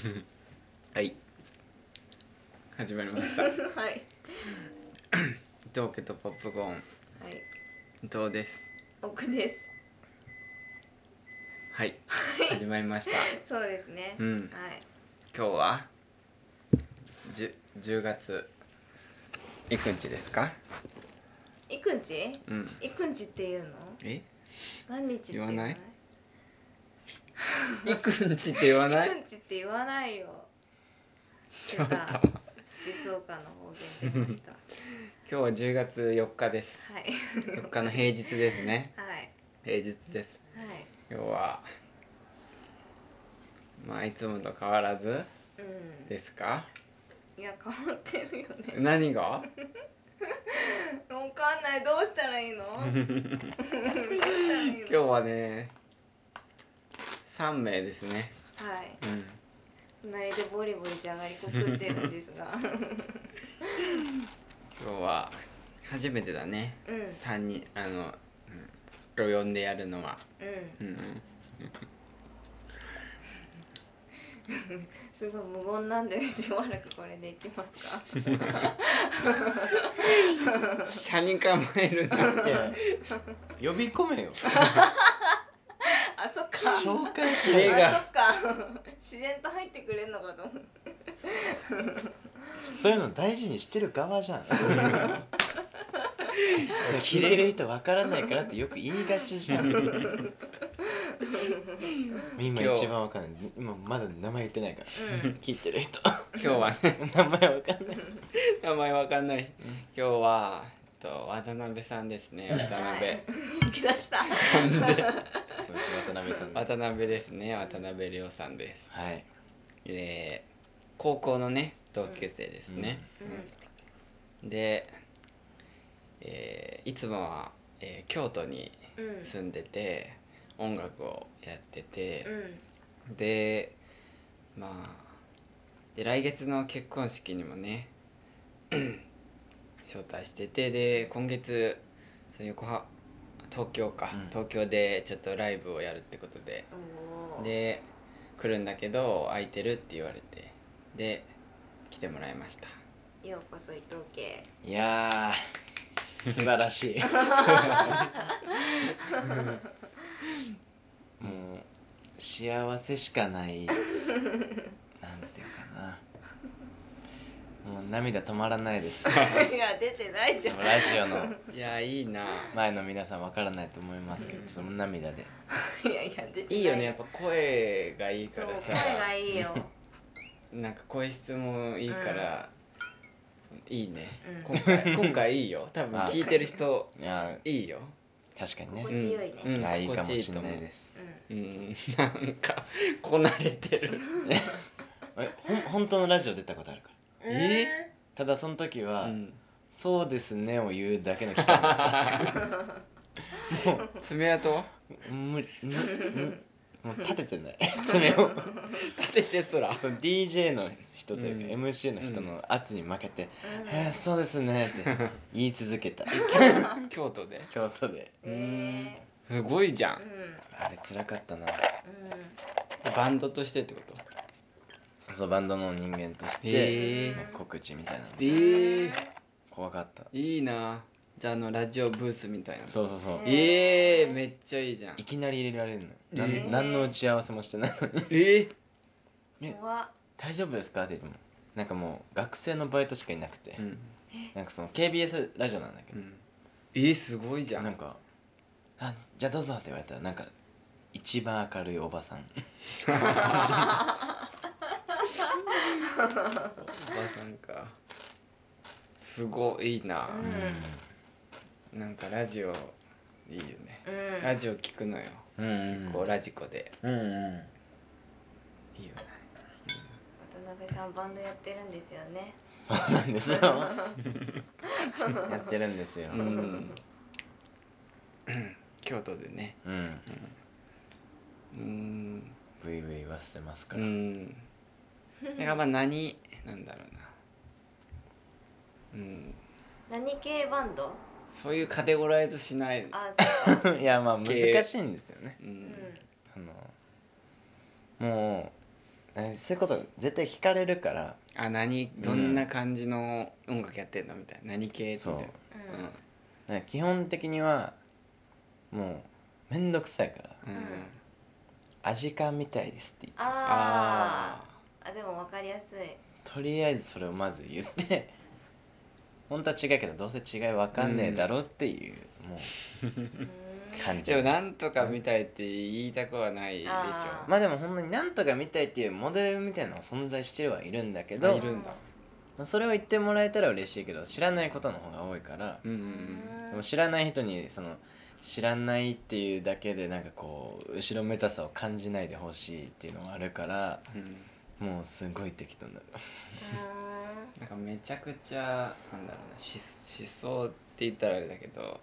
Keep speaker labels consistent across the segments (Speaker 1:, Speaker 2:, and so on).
Speaker 1: はい、始まりました
Speaker 2: はい。
Speaker 1: トークとポップコーン、
Speaker 2: はい。
Speaker 1: 伊藤です。
Speaker 2: 奥です。
Speaker 1: はい、始まりました
Speaker 2: そうですね。
Speaker 1: うん。
Speaker 2: はい。
Speaker 1: 今日は10月いくんちですか？
Speaker 2: いくんち？
Speaker 1: うん。
Speaker 2: いくんちっていうの？
Speaker 1: え？
Speaker 2: 何日って言わない？
Speaker 1: いくんちって言わない？
Speaker 2: いくんちって言わないよ。
Speaker 1: ちょっと
Speaker 2: 静岡の方言出ました。
Speaker 1: 今日は10月4日です。
Speaker 2: はい。
Speaker 1: 4日の平日ですね。
Speaker 2: はい。
Speaker 1: 平日です。
Speaker 2: はい。
Speaker 1: 今日はまあいつもと変わらず
Speaker 2: うん。
Speaker 1: ですか？
Speaker 2: いや変わってるよね。
Speaker 1: 何が？
Speaker 2: わかんない。どうしたらいいの？どうしたらいいの？
Speaker 1: 今日はね3名ですね。
Speaker 2: はい。
Speaker 1: うん。
Speaker 2: 隣でボリボリじゃがりこ食ってるんですが
Speaker 1: 今日は初めてだね。
Speaker 2: うん
Speaker 1: 3人と呼んでやるのは。
Speaker 2: うん
Speaker 1: うん
Speaker 2: すごい無言なんでしばらくこれでいきますか
Speaker 1: 車に構えるなって
Speaker 3: 呼び込めよ
Speaker 2: あ、そっか
Speaker 3: 紹介しろよ
Speaker 1: 映画
Speaker 2: あ、そっか自然と入ってくれんのかと思う
Speaker 3: そういうの大事にしてる側じゃんそれ聞いてる人わからないからってよく言いがちじゃん今一番わかんない。今まだ名前言ってないから、
Speaker 2: うん
Speaker 3: 聞いてる人
Speaker 1: 今日はね
Speaker 3: 名前わかんない
Speaker 1: 名前わかんない。今日は渡辺さんですね。渡辺、
Speaker 2: 引き出した
Speaker 3: そうです渡辺さん
Speaker 1: 渡辺ですね。渡辺亮さんです。
Speaker 3: はい
Speaker 1: 高校のね同級生ですね。で、いつもは、京都に住んでて、音楽をやってて、でまあで来月の結婚式にもね招待してて、で今月東京か、東京でちょっとライブをやるってことで、で来るんだけど空いてるって言われて、で来てもらいました。
Speaker 2: ようこそ伊藤家。
Speaker 3: いやー素晴らしいもう幸せしかないなんていうかな、もう涙止まらないです
Speaker 2: いや出てないじゃん
Speaker 3: ラジオの
Speaker 1: いやいいな。
Speaker 3: 前の皆さんわからないと思いますけど、その涙で
Speaker 2: いやいや出てない
Speaker 1: いいよね、やっぱ声がいいからさ。
Speaker 2: そう声がいいよ
Speaker 1: なんか声質もいいから、いいね、今回いいよ。多分聞いてる人
Speaker 3: いや
Speaker 1: いいよ。
Speaker 3: 確かにね、
Speaker 2: 心地よいね、
Speaker 3: いやいいかもしれ
Speaker 1: 心地いいと思う。
Speaker 3: ないです。
Speaker 1: なんかこなれてる
Speaker 3: 本当のラジオ出たことあるから。
Speaker 1: え
Speaker 3: ただその時は、
Speaker 1: うん
Speaker 3: そうですねを言うだけの期間でしたもう
Speaker 1: 爪痕
Speaker 3: もう立ててない爪を
Speaker 1: 立ててすら
Speaker 3: その DJ の人というか、MC の人の圧に負けて「そうですね」って言い続けた
Speaker 1: 京都で。
Speaker 3: 京都で。
Speaker 1: すごいじゃん。
Speaker 3: あれ辛かったな。
Speaker 1: バンドとしてってこと？
Speaker 3: そうバンドの人間として告知みたいなの怖かった。
Speaker 1: いいな。じゃあラジオブースみたいな。
Speaker 3: そうそうそう、
Speaker 1: めっちゃいいじゃん。
Speaker 3: いきなり入れられるのよ。何の打ち合わせもしてないのに
Speaker 2: 怖っ
Speaker 3: 大丈夫ですかって言ってもなんかもう学生のバイトしかいなくて、なんかその KBS ラジオなんだけど、
Speaker 1: すごいじゃん。
Speaker 3: なんかじゃあどうぞって言われたらなんか一番明るいおばさん
Speaker 1: おばさんか。すごいいいな。なんかラジオいいよね。ラジオ聞くのよ。結構ラジコで。いいよね。
Speaker 2: 渡辺さんバンドやってるんですよね。
Speaker 3: そうなんですよやってるんですよ。
Speaker 1: 京都でね。
Speaker 3: ブイブイ言わせてますから。
Speaker 1: だからまあ何なんだろうな。
Speaker 2: 何系バンド？
Speaker 1: そういうカテゴライズしない。
Speaker 3: いやまあ難しいんですよね。そのもうそういうこと絶対聞かれるから。
Speaker 1: どんな感じの音楽やってんのみたいな、何系みたいな。
Speaker 3: そう、だから基本的にはもうめんどくさいから、アジカンみたいですって言って、
Speaker 2: でも分かりやすい。
Speaker 3: とりあえずそれをまず言って本当は違うけどどうせ違い分かんねえだろっていう、もう感じ。
Speaker 1: でもなんとか見たいって言いたくはないでしょ。
Speaker 3: まあでもほんまになんとか見たいっていうモデルみたいなのが存在してはいるんだけど、
Speaker 1: いるんだ。
Speaker 3: それを言ってもらえたら嬉しいけど、知らないことの方が多いから、でも知らない人に知らないっていうだけでなんかこう後ろめたさを感じないでほしいっていうのがあるから、もうすごい適当になる。
Speaker 1: なんかめちゃくちゃなんだろうな、思想って言ったらあれだけど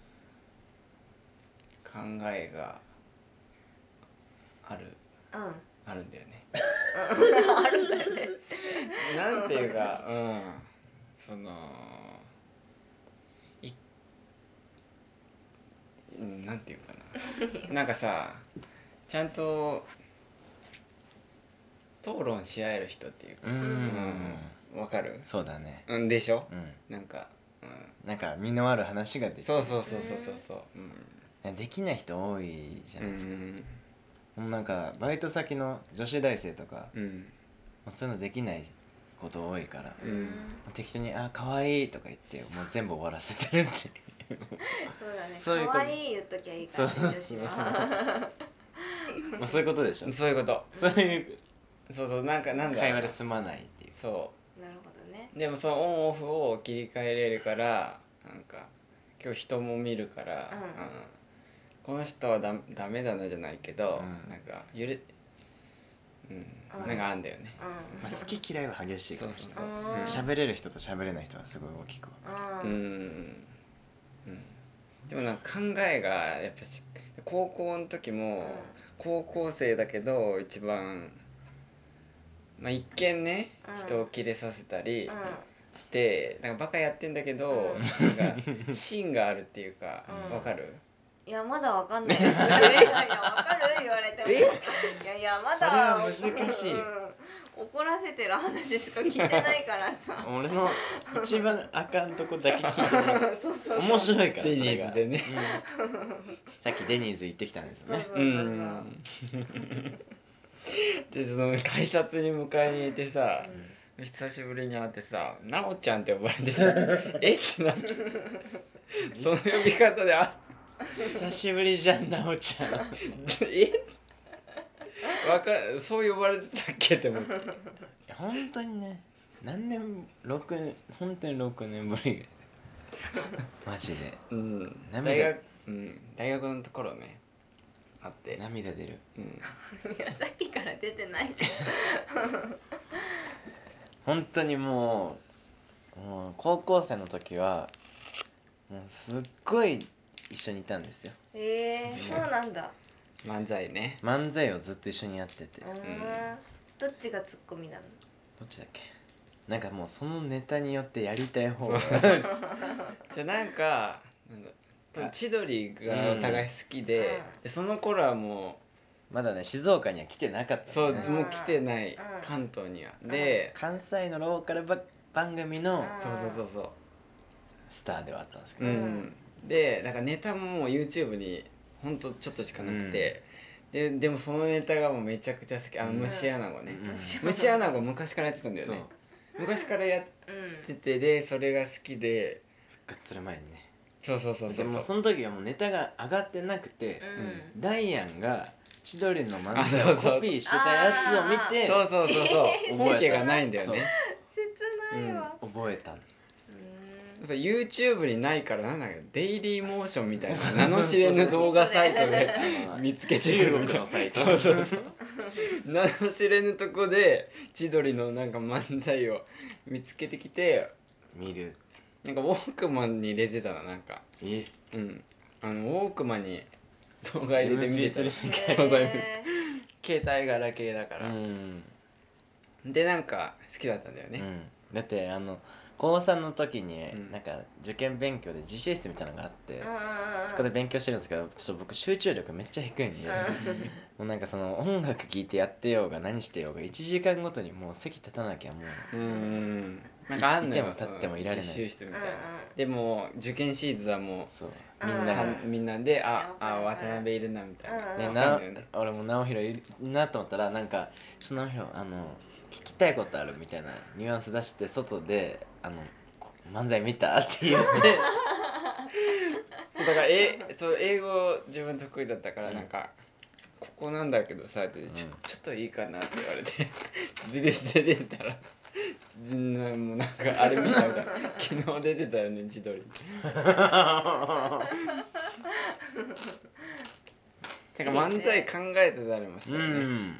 Speaker 1: 考えがあるんだよね。
Speaker 2: あるんだよね。
Speaker 1: なんていうか、なんていうかな、なんかさ、ちゃんと討論し合える人っていうか、わかる？
Speaker 3: そうだね。
Speaker 1: でしょ？なんか
Speaker 3: 身のある話ができる。
Speaker 1: そう、
Speaker 3: できない人多いじゃないですか。なんかバイト先の女子大生とか、そういうのできないこと多いから、適当に「あ、かわいい」とか言ってもう全部終わらせてるって
Speaker 2: そうだね、かわいい言っときゃいいからね、女子は。
Speaker 3: そういうことでしょ。
Speaker 1: そういうこと。なんか
Speaker 3: 会話で済まないっていう。
Speaker 1: そう。
Speaker 2: なるほどね。
Speaker 1: でもそのオンオフを切り替えれるから、なんか今日人も見るから、この人はダメだなじゃないけど、なんかなんかあんだよね。
Speaker 3: 好き嫌いは激しいかもしれない。
Speaker 1: そう
Speaker 3: 喋れる人と喋れない人はすごい大きく分かる。
Speaker 1: でもなんか考えがやっぱ高校の時も高校生だけど一番、一見ね人をキレさせたりしてなんかバカやってんだけど、なんか芯があるっていうか、わかる？
Speaker 2: いやまだわかんないです。いやわかる言われても。いやまだ。
Speaker 3: それは難しいよ。
Speaker 2: 怒らせてる話しか聞いてないからさ。
Speaker 3: 俺の一番あかんとこだけ聞いてる。面白いから。
Speaker 1: デニーズでね。
Speaker 3: さっきデニーズ行ってきたんですよね。
Speaker 1: でその改札に迎えに行ってさ、久しぶりに会ってさ「なおちゃん」って呼ばれてさえってなって、その呼び方で
Speaker 3: 久しぶりじゃんなおちゃん
Speaker 1: そう呼ばれてたっけって思って。
Speaker 3: 本当にね、本当に6年ぶりぐらいマジで。
Speaker 1: 大学のところねあって
Speaker 3: 涙出る。
Speaker 2: いやさっきから出てないけど
Speaker 3: 本当にもう高校生の時はもうすっごい一緒にいたんですよ。
Speaker 2: そうなんだ。
Speaker 1: 漫
Speaker 3: 才をずっと一緒にやってて。
Speaker 2: どっちがツッコミなの？
Speaker 3: どっちだっけ。なんかもうそのネタによってやりたい方が
Speaker 1: じゃあなんか千鳥がお互い好きで、その頃はも
Speaker 3: うまだね静岡には来てなかった、
Speaker 1: そうもう来てない、関東には。で
Speaker 3: 関西のローカル番組の
Speaker 1: そう
Speaker 3: スターではあったんですけど、
Speaker 1: でなんかネタももう YouTube にほんとちょっとしかなくて、でもそのネタがもうめちゃくちゃ好き。虫アナゴね、虫アナゴ昔からやってたんだよね。昔からやってて、でそれが好きで
Speaker 3: 復活する前にね。
Speaker 1: そう
Speaker 3: でもその時はもうネタが上がってなくて、ダイアンが千鳥の漫才をコピーしてたやつを見て、
Speaker 1: 本家がないんだよね。
Speaker 2: 切ないわ。
Speaker 3: 覚えた。
Speaker 1: YouTube にないからなんだっけ、デイリーモーションみたいな名の知れぬ動画サイトで見つけてくる
Speaker 3: 中国のサイト。
Speaker 1: 名の知れぬとこで千鳥のなんか漫才を見つけてきて
Speaker 3: 見る。
Speaker 1: なんかウォークマンに入れてたの。なんかウォークマンに動画入れて見てたの。携帯ガラケーだから。でなんか好きだったんだよね。
Speaker 3: だって高3の時になんか受験勉強で自習室みたいなのがあって、そこで勉強してるんですけど、ちょっと僕集中力めっちゃ低いんで、もうなんかその音楽聴いてやってようが何してようが1時間ごとにもう席立たなきゃもう
Speaker 1: なんかあんのよ、
Speaker 3: いても立ってもいられない
Speaker 1: 自習室みたいな。でも受験シーズンはもう
Speaker 3: そう
Speaker 1: みんなで渡辺いるなみたいな。
Speaker 3: 俺も直弘いるなと思ったら、なんかちょっと直弘聞きたいことあるみたいなニュアンス出して、外で漫才見たって言って
Speaker 1: だから英語自分得意だったから、なんかここなんだけどさってちょっといいかなって言われて出てたらもうなんかあれ見たみたいな昨日出てたよね千鳥だから漫才考えてたりましたよね。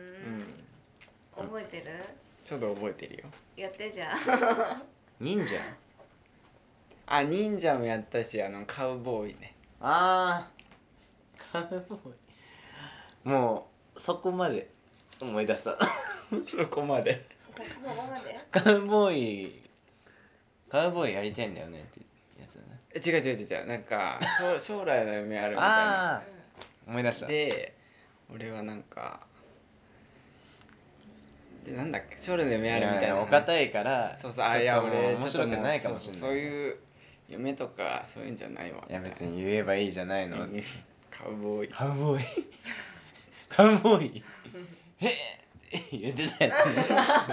Speaker 2: 覚えてる？
Speaker 1: ちょっと覚えてるよ。
Speaker 2: やってじゃあ
Speaker 3: 忍者
Speaker 1: 忍者もやったし、カウボーイね。
Speaker 3: カウボーイもうそこまで思い出した
Speaker 1: そこまで
Speaker 3: カウボーイやりたいんだよねってやつだね。
Speaker 1: 違うなんか将来の夢あるみたいな
Speaker 3: 思い出した。
Speaker 1: で俺はなんかでなんだっけ、将来の夢あるみたいな
Speaker 3: お堅いから、
Speaker 1: そういや俺
Speaker 3: 面白くないかもしれない。
Speaker 1: そういう夢とかそういうんじゃないわ。
Speaker 3: いや別に言えばいいじゃないの。
Speaker 1: カウボーイ
Speaker 3: 言ってたやつ
Speaker 1: そう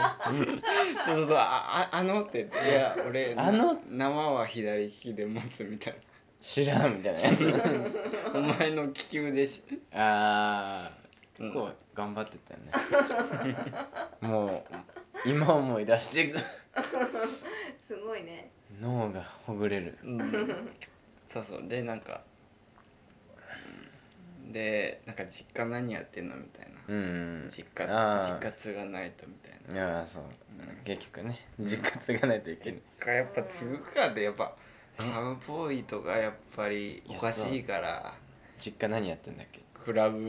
Speaker 1: って言って、いや俺縄は左利きで持つみたいな、
Speaker 3: 知らんみたいなやつ
Speaker 1: お前の利き腕し
Speaker 3: 結構頑張ってたよねもう今思い出していく
Speaker 2: すごいね、
Speaker 3: 脳がほぐれる、
Speaker 1: そうでなんかでなんか実家何やってんのみたいな、実家継がないとみたいな。
Speaker 3: いやそう、結局ね実家継がないといけない。
Speaker 1: 実家やっぱ継ぐかで、やっぱカウボーイとかやっぱりおかしいから。
Speaker 3: 実家何やってんだっけ？
Speaker 1: クラブ
Speaker 2: い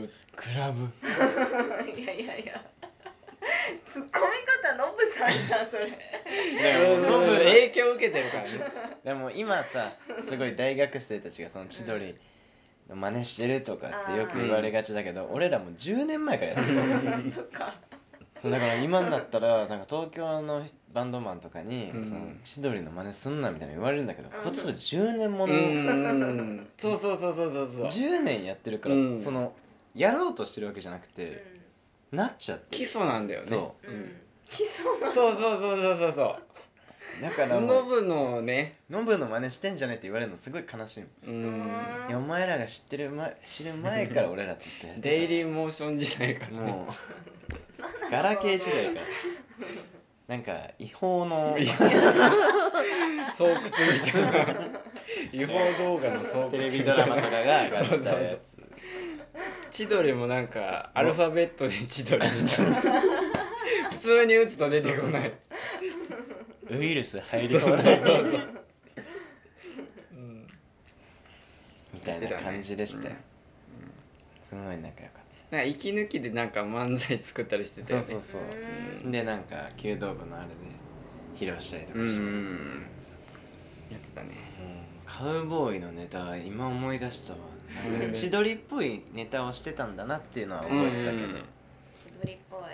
Speaker 2: やツッコミ方ノブさんじゃんそれ
Speaker 1: ノブ影響受けてるからね。
Speaker 3: でも今さすごい大学生たちがその千鳥の真似してるとかってよく言われがちだけど、俺らも10年前からやってる
Speaker 2: そっか
Speaker 3: だから今になったらなんか東京のバンドマンとかにその千鳥の真似すんなみたいな言われるんだけど、こっちと10年もの
Speaker 1: そう
Speaker 3: 10年やってるから、そのやろうとしてるわけじゃなくて、なっちゃって
Speaker 1: 基礎なんだよね。
Speaker 2: 基礎なんだ。
Speaker 1: そう
Speaker 3: だから
Speaker 1: ノブの
Speaker 3: 真似してんじゃねって言われるのすごい悲しい。いやお前らが知る前から俺らって言って
Speaker 1: デイリーモーション時代から
Speaker 3: もうガラケー時代からなんか違法の
Speaker 1: 巣窟みたいな違法動画の巣窟
Speaker 3: テレビドラマとかが上がったやつ。
Speaker 1: 千鳥もなんかアルファベットで千鳥にした普通に打つと出てこない
Speaker 3: ウイルス入り放題みたいな感じでしたよ。すごい仲良かった。
Speaker 1: なんか息抜きでなんか漫才作ったりしてたよね。
Speaker 3: そうでなんか弓道部のあれで披露したりとかしてや
Speaker 1: ってたね。
Speaker 3: カウボーイのネタは今思い出したわ。なんか千鳥っぽいネタをしてたんだなっていうのは覚えてたけど、
Speaker 2: 千鳥っぽい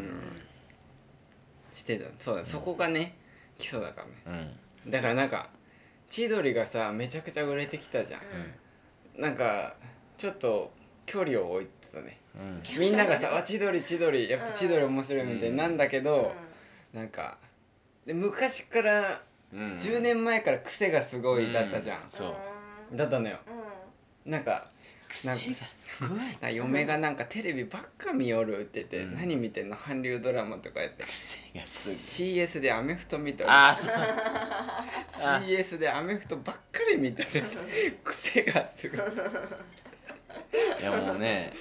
Speaker 1: してた。そうだ、そこがね基礎だからね。だからなんか千鳥がさめちゃくちゃ売れてきたじゃん。なんかちょっと距離を置いてたね。みんながさ千鳥やっぱ千鳥面白いみたいなんだけど、なんかで昔から10年前から癖がすごいだったじゃん。そうだったのよ。なんか
Speaker 3: 癖がすごい
Speaker 1: 嫁がなんかテレビばっか見よるって言って、何見てんの韓流ドラマとかやって、CS でアメフト見とる。CS でアメフトばっかり見とる。癖がすごい。
Speaker 3: いやもうね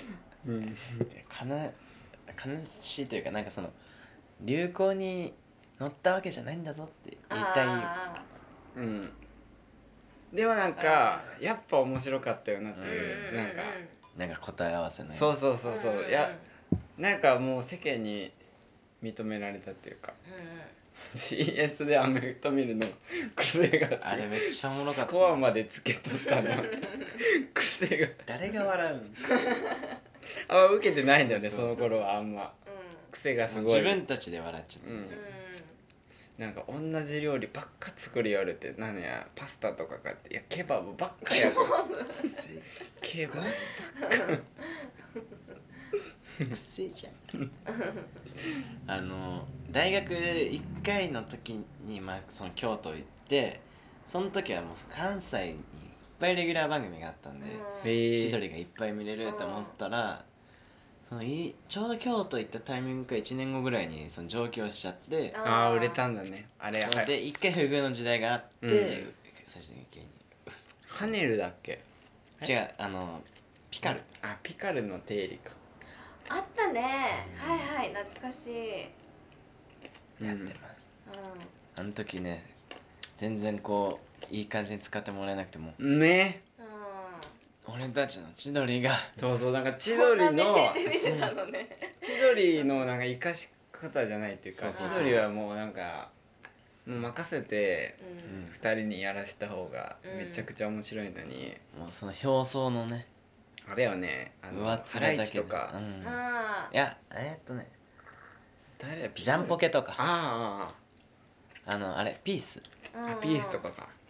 Speaker 3: 悲しいというか、なんかその流行に乗ったわけじゃないんだぞって言いたい。
Speaker 1: でもなんかやっぱ面白かったよなっていう、なんか
Speaker 3: 答え合わせの。
Speaker 1: そういやなんかもう世間に認められたっていうか、
Speaker 2: うん
Speaker 1: CS でアメフト見るの癖がする。
Speaker 3: あれめっちゃおもろかった。
Speaker 1: スコアまでつけとったの癖が
Speaker 3: 誰が笑うん
Speaker 1: あんま受けてないんだよね、その頃はあんま。癖がすごい。
Speaker 3: 自分たちで笑っちゃって、
Speaker 1: なんか同じ料理ばっか作りよるって、何やパスタとか買って、いやケバブばっかやからケバブばっか
Speaker 3: くせえじゃん大学1回の時に、その京都行って、その時はもう関西にいっぱいレギュラー番組があったんで、千鳥がいっぱい見れると思ったら、ちょうど京都行ったタイミングか1年後ぐらいにその上京しちゃって、
Speaker 1: ああ売れたんだねあれ。
Speaker 3: で一回不遇の時代があって、最終的に
Speaker 1: ハネルだっけ。
Speaker 3: 違う、ピカル。
Speaker 1: ピカルの定理か。
Speaker 2: あったね、はいはい、懐かしい。
Speaker 3: やってます、あの時ね、全然こういい感じに使ってもらえなくても
Speaker 1: ね、俺たちの千鳥がそうなんか千鳥の千鳥のなんか生かし方じゃないっていうか、千鳥はもうなんかもう任せて2人にやらした方がめちゃくちゃ面白いのに、
Speaker 3: もうその表層のね、
Speaker 1: あれよね、ハライチとか、
Speaker 3: いや
Speaker 1: 誰だ、
Speaker 3: ジャンポケとか、
Speaker 1: あ
Speaker 3: れピース
Speaker 1: とかか、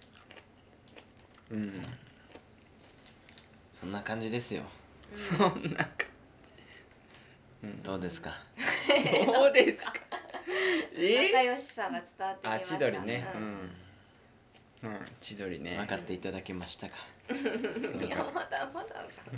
Speaker 3: そんな感じですよ。
Speaker 1: そんな感じ、
Speaker 3: どうですか
Speaker 1: どうですか
Speaker 2: 仲良しさが伝わってきました。
Speaker 1: 千鳥ね、千鳥ね、
Speaker 3: 分かっていただけましたか。
Speaker 2: いやまだ